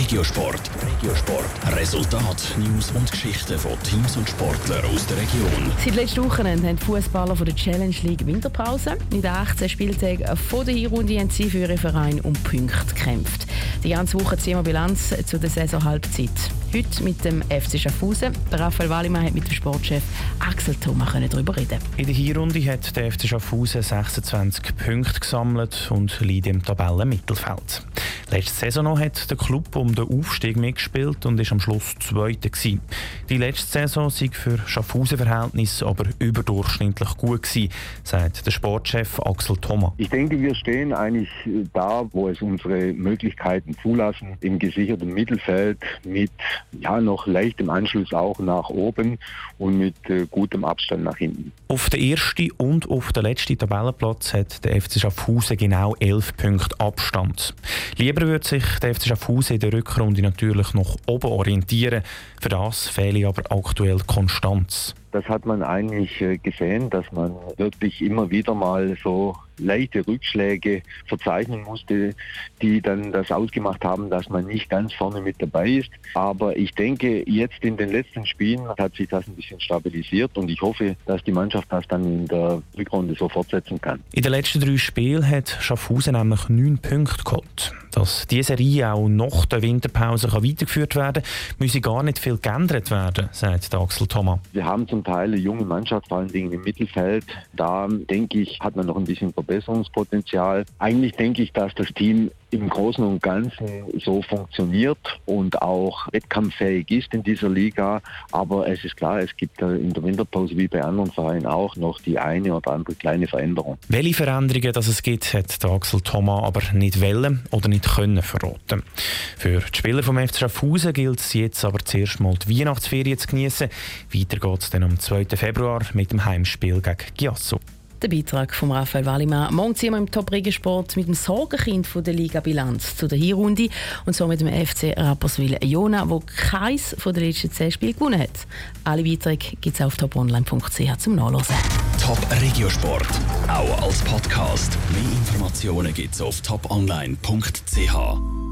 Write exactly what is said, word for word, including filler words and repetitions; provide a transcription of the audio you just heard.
Regiosport. Regiosport. Resultat, News und Geschichten von Teams und Sportlern aus der Region. Seit letztem Wochenende haben die Fußballer von der Challenge League Winterpause. In den achtzehn Spieltagen vor der Hinrunde haben sie für ihren Verein um Punkte gekämpft. Die ganze Woche ziehen wir Bilanz zu der Saisonhalbzeit. Heute mit dem F C Schaffhausen. Der Raphael Wallimann hat mit dem Sportchef Axel Thoma darüber reden. In der Hinrunde hat der F C Schaffhausen sechsundzwanzig Punkte gesammelt und liegt im Tabellenmittelfeld. Letzte Saison noch hat der Club um den Aufstieg mitgespielt und ist am Schluss Zweiter gewesen. Die letzte Saison sei für Schaffhausen-Verhältnisse aber überdurchschnittlich gut gewesen, sagt der Sportchef Axel Thoma. Ich denke, wir stehen eigentlich da, wo es unsere Möglichkeiten zulassen, im gesicherten Mittelfeld mit ja noch leichtem Anschluss auch nach oben und mit äh, gutem Abstand nach hinten. Auf den ersten und auf den letzten Tabellenplatz hat der F C Schaffhausen genau elf Punkte Abstand. Lieber würde sich der F C Schaffhausen in der Rückrunde natürlich nach oben orientieren. Für das fehle aber aktuell Konstanz. Das hat man eigentlich gesehen, dass man wirklich immer wieder mal so leichte Rückschläge verzeichnen musste, die dann das ausgemacht haben, dass man nicht ganz vorne mit dabei ist. Aber ich denke, jetzt in den letzten Spielen hat sich das ein bisschen stabilisiert und ich hoffe, dass die Mannschaft das dann in der Rückrunde so fortsetzen kann. In den letzten drei Spielen hat Schaffhausen nämlich neun Punkte geholt. Dass diese Serie auch nach der Winterpause weitergeführt werden kann, müsse gar nicht viel geändert werden, sagt Axel Thoma. Wir haben zum Teil eine junge Mannschaft, vor allen Dingen im Mittelfeld. Da, denke ich, hat man noch ein bisschen Verbesserungspotenzial. Eigentlich denke ich, dass das Team im Großen und Ganzen so funktioniert und auch wettkampffähig ist in dieser Liga. Aber es ist klar, es gibt in der Winterpause wie bei anderen Vereinen auch noch die eine oder andere kleine Veränderung. Welche Veränderungen das es gibt, hat der Axel Thoma aber nicht wollen oder nicht können verraten. Für die Spieler vom F C Schaffhausen gilt es jetzt aber zuerst mal die Weihnachtsferien zu geniessen. Weiter geht es dann am zweiten Februar mit dem Heimspiel gegen Chiasso. Der Beitrag von Raphael Wallimann. Morgen ziehen wir im Top-Regensport mit dem Sorgenkind von der Liga-Bilanz zu der Hinrunde und so mit dem F C Rapperswil-Jona, wo keins von den letzten zehn Spielen gewonnen hat. Alle Beiträge gibt es auf top online punkt c h zum Nachlesen. Top Regiosport, auch als Podcast. Mehr Informationen gibt es auf top online punkt c h.